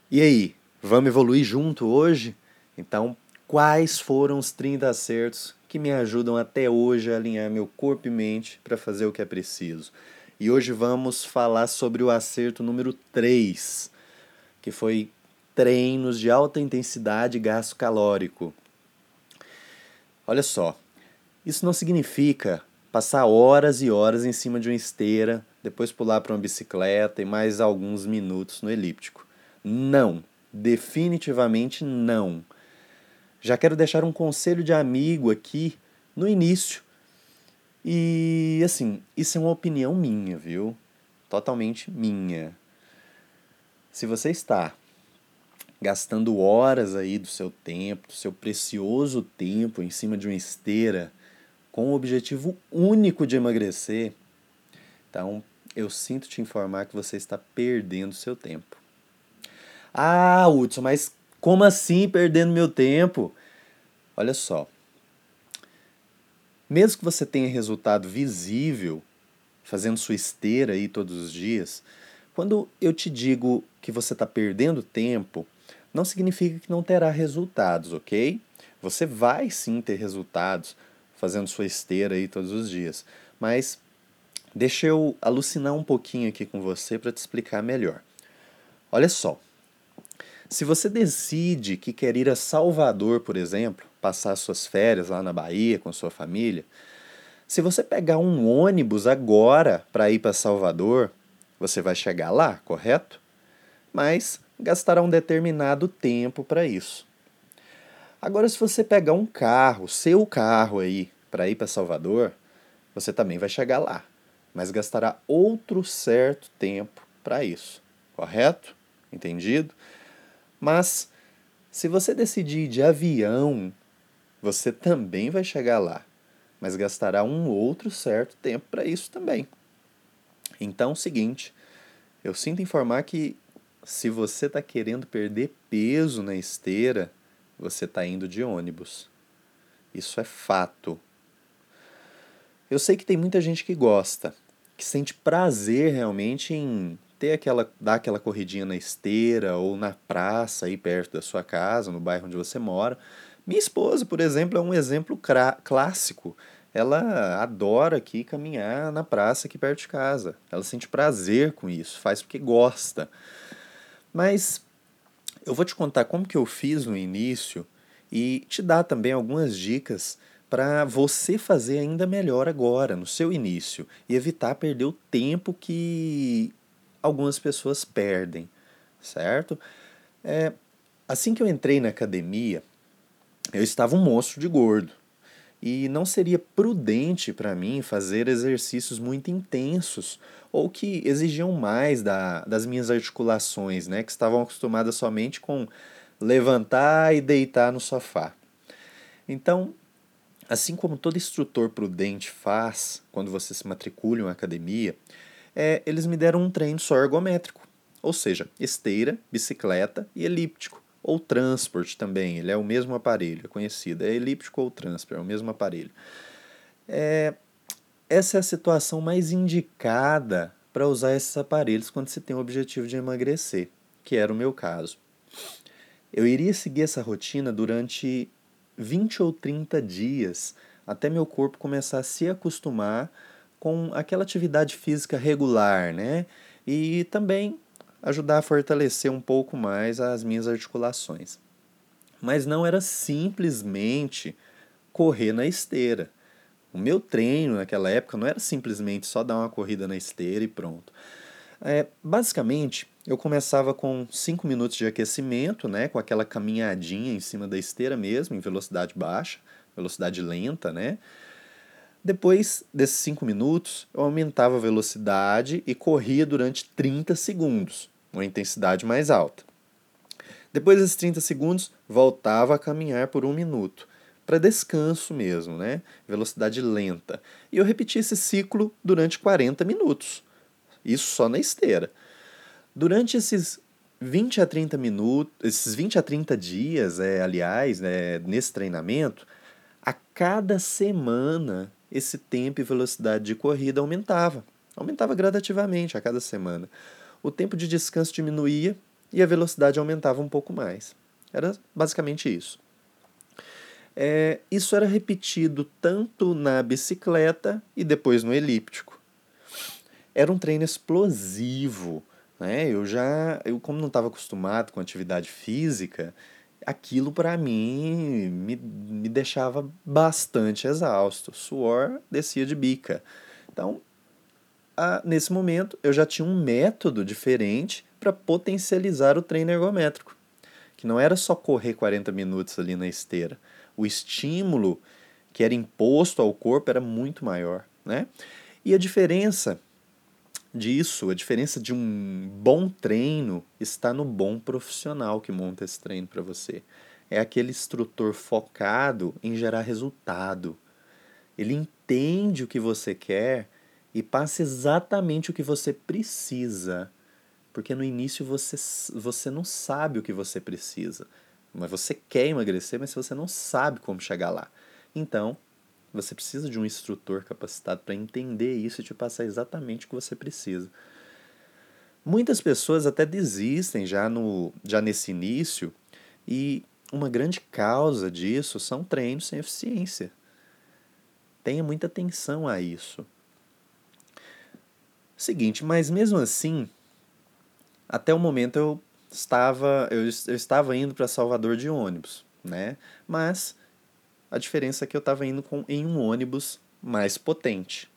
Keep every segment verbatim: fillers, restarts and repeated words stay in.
E aí, vamos evoluir junto hoje? Então, quais foram os trinta acertos que me ajudam até hoje a alinhar meu corpo e mente para fazer o que é preciso? E hoje vamos falar sobre o acerto número três, que foi treinos de alta intensidade e gasto calórico. Olha só, isso não significa passar horas e horas em cima de uma esteira, depois pular para uma bicicleta e mais alguns minutos no elíptico. Não, definitivamente não. Já quero deixar um conselho de amigo aqui no início. E assim, isso é uma opinião minha, viu? Totalmente minha. Se você está gastando horas aí do seu tempo, do seu precioso tempo em cima de uma esteira com o objetivo único de emagrecer, então eu sinto te informar que você está perdendo seu tempo. Ah, Hudson, mas como assim perdendo meu tempo? Olha só, mesmo que você tenha resultado visível fazendo sua esteira aí todos os dias, quando eu te digo que você está perdendo tempo, não significa que não terá resultados, ok? Você vai sim ter resultados fazendo sua esteira aí todos os dias, mas deixa eu alucinar um pouquinho aqui com você para te explicar melhor. Olha só, se você decide que quer ir a Salvador, por exemplo, passar suas férias lá na Bahia com sua família, se você pegar um ônibus agora para ir para Salvador, você vai chegar lá, correto? Mas gastará um determinado tempo para isso. Agora, se você pegar um carro, seu carro aí, para ir para Salvador, você também vai chegar lá, mas gastará outro certo tempo para isso, correto? Entendido? Mas se você decidir ir de avião, você também vai chegar lá, mas gastará um outro certo tempo para isso também. Então, é o seguinte, eu sinto informar que se você está querendo perder peso na esteira, você está indo de ônibus. Isso é fato. Eu sei que tem muita gente que gosta, que sente prazer realmente em ter aquela, dar aquela corridinha na esteira ou na praça aí perto da sua casa, no bairro onde você mora. Minha esposa, por exemplo, é um exemplo clássico. Ela adora aqui caminhar na praça aqui perto de casa. Ela sente prazer com isso, faz porque gosta. Mas eu vou te contar como que eu fiz no início e te dar também algumas dicas para você fazer ainda melhor agora, no seu início, e evitar perder o tempo que algumas pessoas perdem, certo? É, assim que eu entrei na academia, eu estava um monstro de gordo. E não seria prudente para mim fazer exercícios muito intensos ou que exigiam mais da, das minhas articulações, né, que estavam acostumadas somente com levantar e deitar no sofá. Então, assim como todo instrutor prudente faz quando você se matricula em uma academia, é, eles me deram um treino só ergométrico, ou seja, esteira, bicicleta e elíptico, ou transport também, ele é o mesmo aparelho, é conhecido, é elíptico ou transport, é o mesmo aparelho. É, essa é a situação mais indicada para usar esses aparelhos quando se tem o objetivo de emagrecer, que era o meu caso. Eu iria seguir essa rotina durante vinte ou trinta dias, até meu corpo começar a se acostumar com aquela atividade física regular, né? E também ajudar a fortalecer um pouco mais as minhas articulações. Mas não era simplesmente correr na esteira. O meu treino naquela época não era simplesmente só dar uma corrida na esteira e pronto. É, basicamente, eu começava com cinco minutos de aquecimento, né, com aquela caminhadinha em cima da esteira mesmo, em velocidade baixa, velocidade lenta, né? Depois desses cinco minutos, eu aumentava a velocidade e corria durante trinta segundos, uma intensidade mais alta. Depois desses trinta segundos, voltava a caminhar por um minuto, para descanso mesmo, né? Velocidade lenta. E eu repetia esse ciclo durante quarenta minutos. Isso só na esteira. Durante esses vinte a trinta minutos, esses vinte a trinta dias, é, aliás, né, nesse treinamento, a cada semana esse tempo e velocidade de corrida aumentava. Aumentava gradativamente a cada semana. O tempo de descanso diminuía e a velocidade aumentava um pouco mais. Era basicamente isso. É, isso era repetido tanto na bicicleta e depois no elíptico. Era um treino explosivo, né? Eu já, eu como não estava acostumado com atividade física, aquilo para mim me, me deixava bastante exausto. O suor descia de bica. Então, a, nesse momento, eu já tinha um método diferente para potencializar o treino ergométrico, que não era só correr quarenta minutos ali na esteira. O estímulo que era imposto ao corpo era muito maior, né? E a diferença disso, a diferença de um bom treino está no bom profissional que monta esse treino para você. É aquele instrutor focado em gerar resultado. Ele entende o que você quer e passa exatamente o que você precisa. Porque no início você, você não sabe o que você precisa. Mas você quer emagrecer, mas você não sabe como chegar lá. Então, você precisa de um instrutor capacitado para entender isso e te passar exatamente o que você precisa. Muitas pessoas até desistem já, no, já nesse início, e uma grande causa disso são treinos sem eficiência. Tenha muita atenção a isso. Seguinte, mas mesmo assim, até o momento eu estava, eu, eu estava indo para Salvador de ônibus, né? Mas a diferença é que eu estava indo com, em um ônibus mais potente.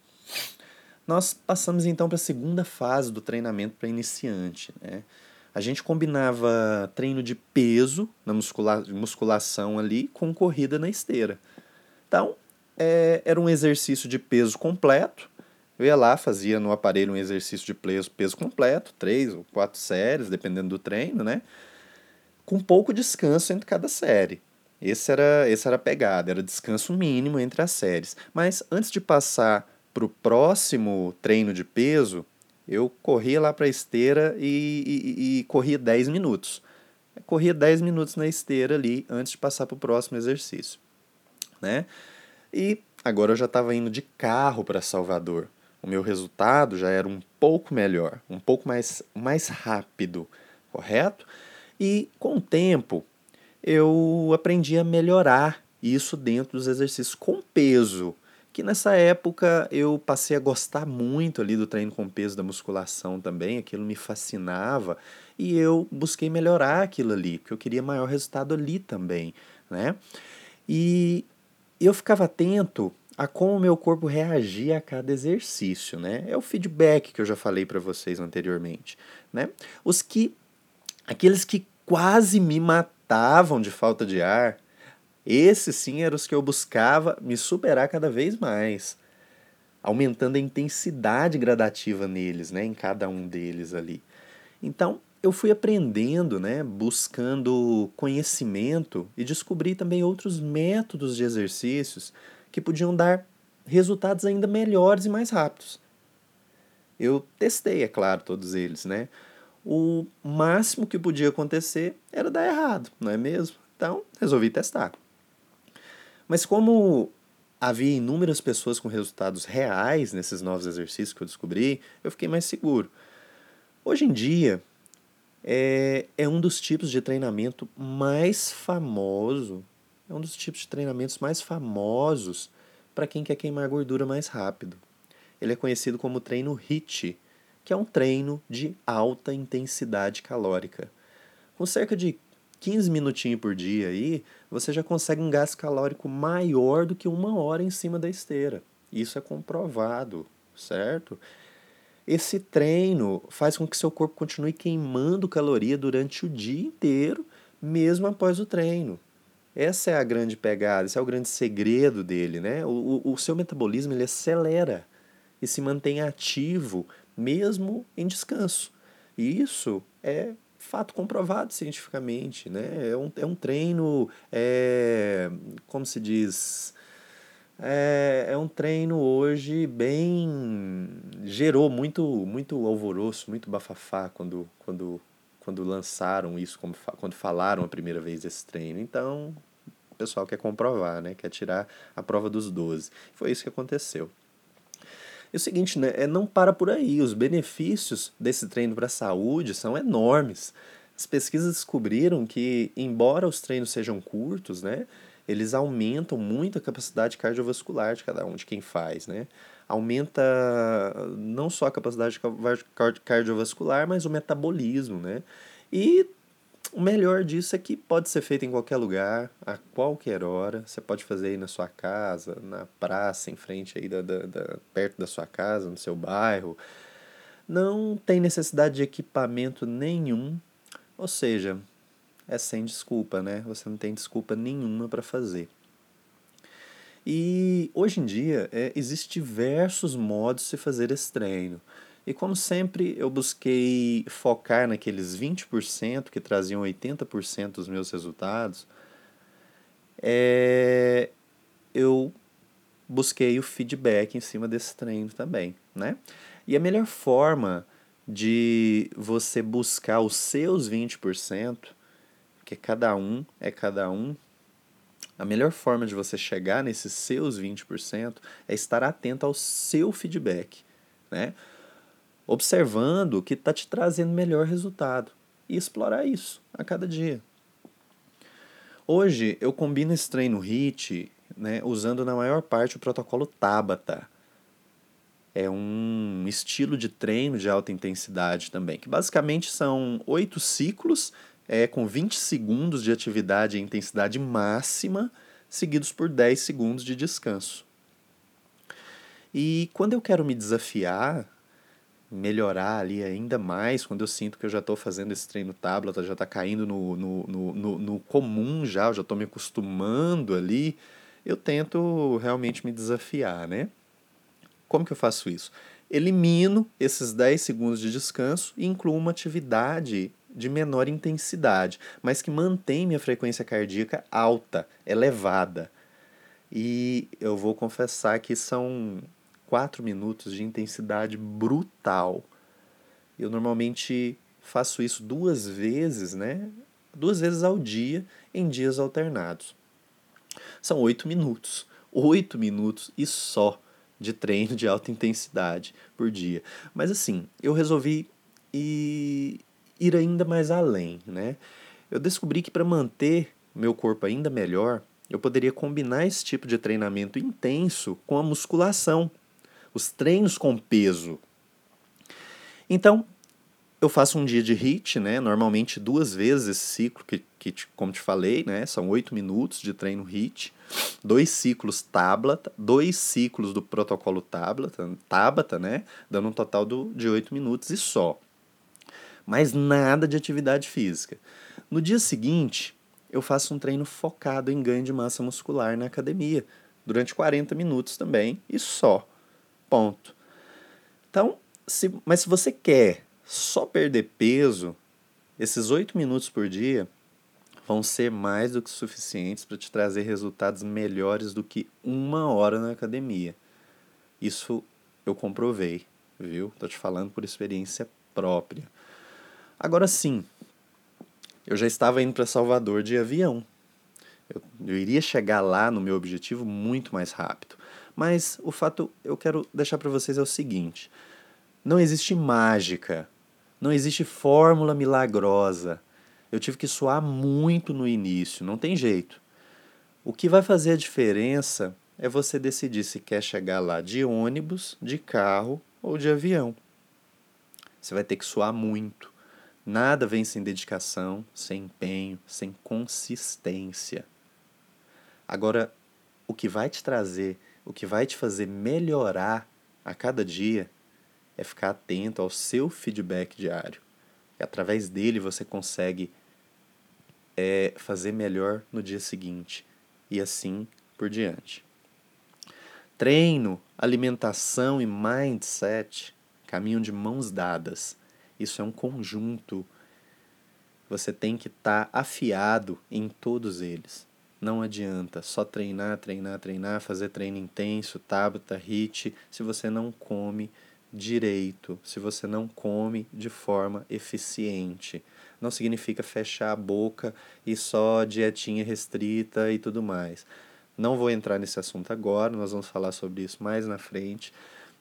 Nós passamos então para a segunda fase do treinamento para iniciante, né? A gente combinava treino de peso na muscula musculação ali com corrida na esteira. Então, é, era um exercício de peso completo. Eu ia lá, fazia no aparelho um exercício de peso, peso completo, três ou quatro séries, dependendo do treino, né? Com pouco descanso entre cada série. Esse era, esse era a pegada, era descanso mínimo entre as séries. Mas antes de passar para o próximo treino de peso, eu corria lá para a esteira e, e, e corria dez minutos. Corria dez minutos na esteira ali antes de passar para o próximo exercício, né? E agora eu já estava indo de carro para Salvador. O meu resultado já era um pouco melhor, um pouco mais, mais rápido, correto? E com o tempo eu aprendi a melhorar isso dentro dos exercícios com peso, que nessa época eu passei a gostar muito ali do treino com peso da musculação também, aquilo me fascinava e eu busquei melhorar aquilo ali, porque eu queria maior resultado ali também, né? E eu ficava atento a como o meu corpo reagia a cada exercício, né? É o feedback que eu já falei para vocês anteriormente, né? Os que aqueles que quase me matavam de falta de ar, esses sim eram os que eu buscava me superar cada vez mais, aumentando a intensidade gradativa neles, né, em cada um deles ali. Então, eu fui aprendendo, né, buscando conhecimento e descobri também outros métodos de exercícios que podiam dar resultados ainda melhores e mais rápidos. Eu testei, é claro, todos eles, né? O máximo que podia acontecer era dar errado, não é mesmo? Então, resolvi testar. Mas como havia inúmeras pessoas com resultados reais nesses novos exercícios que eu descobri, eu fiquei mais seguro. Hoje em dia, é, é um dos tipos de treinamento mais famoso, é um dos tipos de treinamentos mais famosos para quem quer queimar gordura mais rápido. Ele é conhecido como treino HIIT, que é um treino de alta intensidade calórica. Com cerca de quinze minutinhos por dia aí, você já consegue um gasto calórico maior do que uma hora em cima da esteira. Isso é comprovado, certo? Esse treino faz com que seu corpo continue queimando caloria durante o dia inteiro, mesmo após o treino. Essa é a grande pegada, esse é o grande segredo dele, né? O, o, o seu metabolismo ele acelera e se mantém ativo mesmo em descanso. E isso é fato comprovado cientificamente, né? É um, é um treino, é, como se diz, é, é um treino hoje bem gerou muito muito alvoroço, muito bafafá quando quando quando lançaram isso, como, quando falaram a primeira vez desse treino. Então, o pessoal quer comprovar, né? Quer tirar a prova dos doze. Foi isso que aconteceu. E o seguinte, né, é, não para por aí. Os benefícios desse treino para a saúde são enormes. As pesquisas descobriram que, embora os treinos sejam curtos, né, eles aumentam muito a capacidade cardiovascular de cada um, de quem faz, né? Aumenta não só a capacidade cardiovascular, mas o metabolismo, né? E o melhor disso é que pode ser feito em qualquer lugar, a qualquer hora. Você pode fazer aí na sua casa, na praça, em frente aí da, da, da- perto da sua casa, no seu bairro. Não tem necessidade de equipamento nenhum. Ou seja, é sem desculpa, né? Você não tem desculpa nenhuma para fazer. E hoje em dia é, existem diversos modos de se fazer esse treino. E como sempre, eu busquei focar naqueles vinte por cento que traziam oitenta por cento dos meus resultados. É, eu busquei o feedback em cima desse treino também, né? E a melhor forma de você buscar os seus vinte por cento, porque cada um é cada um, a melhor forma de você chegar nesses seus vinte por cento é estar atento ao seu feedback, né? Observando o que está te trazendo melhor resultado e explorar isso a cada dia. Hoje eu combino esse treino HIIT, né, usando na maior parte o protocolo Tabata. É um estilo de treino de alta intensidade também, que basicamente são oito ciclos, é, com vinte segundos de atividade em intensidade máxima, seguidos por dez segundos de descanso. E quando eu quero me desafiar, melhorar ali ainda mais, quando eu sinto que eu já estou fazendo esse treino Tabata, já está caindo no, no, no, no, no comum já, eu já estou me acostumando ali, eu tento realmente me desafiar, né? Como que eu faço isso? Elimino esses dez segundos de descanso e incluo uma atividade de menor intensidade, mas que mantém minha frequência cardíaca alta, elevada. E eu vou confessar que são quatro minutos de intensidade brutal. Eu normalmente faço isso duas vezes, né? Duas vezes ao dia, em dias alternados. São oito minutos. Oito minutos e só de treino de alta intensidade por dia. Mas assim, eu resolvi ir, ir ainda mais além, né? Eu descobri que para manter meu corpo ainda melhor, eu poderia combinar esse tipo de treinamento intenso com a musculação, os treinos com peso. Então, eu faço um dia de HIIT, né? Normalmente duas vezes esse ciclo, que, que como te falei, né? São oito minutos de treino HIIT, dois ciclos Tabata, dois ciclos do protocolo Tabata, Tabata, né? Dando um total do, de oito minutos e só. Mas nada de atividade física. No dia seguinte, eu faço um treino focado em ganho de massa muscular na academia, durante quarenta minutos também, e só. Ponto. Então, se, mas se você quer só perder peso, esses oito minutos por dia vão ser mais do que suficientes para te trazer resultados melhores do que uma hora na academia. Isso eu comprovei, viu? Tô te falando por experiência própria. Agora sim, eu já estava indo para Salvador de avião. Eu, eu iria chegar lá no meu objetivo muito mais rápido. Mas o fato eu quero deixar para vocês é o seguinte: não existe mágica, não existe fórmula milagrosa. Eu tive que suar muito no início, não tem jeito. O que vai fazer a diferença é você decidir se quer chegar lá de ônibus, de carro ou de avião. Você vai ter que suar muito. Nada vem sem dedicação, sem empenho, sem consistência. Agora, o que vai te trazer, o que vai te fazer melhorar a cada dia é ficar atento ao seu feedback diário. E através dele você consegue é, fazer melhor no dia seguinte. E assim por diante. Treino, alimentação e mindset caminham de mãos dadas. Isso é um conjunto. Você tem que estar tá afiado em todos eles. Não adianta só treinar, treinar, treinar, fazer treino intenso, Tabata, HIIT, se você não come direito, se você não come de forma eficiente. Não significa fechar a boca e só dietinha restrita e tudo mais. Não vou entrar nesse assunto agora, nós vamos falar sobre isso mais na frente,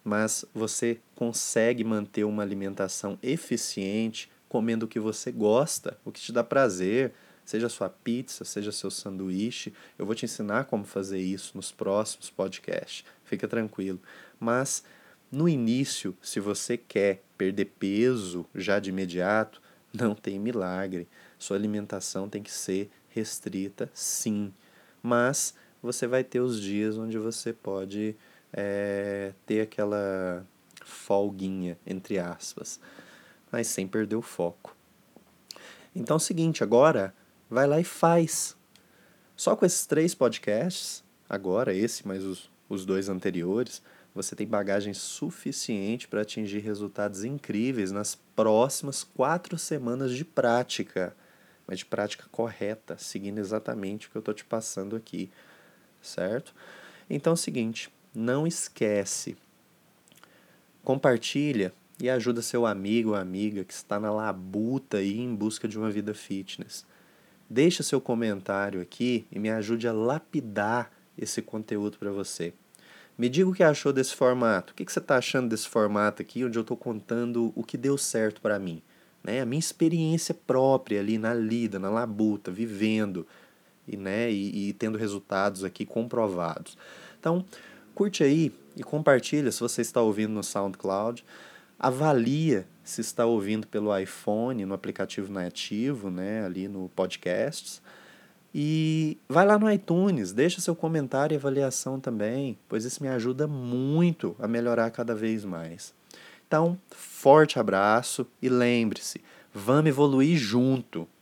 mas você consegue manter uma alimentação eficiente comendo o que você gosta, o que te dá prazer, seja sua pizza, seja seu sanduíche. Eu vou te ensinar como fazer isso nos próximos podcasts, fica tranquilo. Mas no início, se você quer perder peso já de imediato, não tem milagre. Sua alimentação tem que ser restrita, sim, mas você vai ter os dias onde você pode é, ter aquela folguinha, entre aspas, mas sem perder o foco. Então é o seguinte, agora vai lá e faz. Só com esses três podcasts, agora esse mais os, os dois anteriores, você tem bagagem suficiente para atingir resultados incríveis nas próximas quatro semanas de prática, mas de prática correta, seguindo exatamente o que eu estou te passando aqui, certo? Então é o seguinte, não esquece, compartilha e ajuda seu amigo ou amiga que está na labuta aí em busca de uma vida fitness. Deixa seu comentário aqui e me ajude a lapidar esse conteúdo para você. Me diga o que achou desse formato. O que você está achando desse formato aqui, onde eu estou contando o que deu certo para mim, né? A minha experiência própria ali na lida, na labuta, vivendo e, né, e, e tendo resultados aqui comprovados. Então, curte aí e compartilha se você está ouvindo no SoundCloud. Avalia se está ouvindo pelo iPhone, no aplicativo nativo, né, ali no Podcasts. E vai lá no iTunes, deixa seu comentário e avaliação também, pois isso me ajuda muito a melhorar cada vez mais. Então, forte abraço e lembre-se, vamos evoluir junto!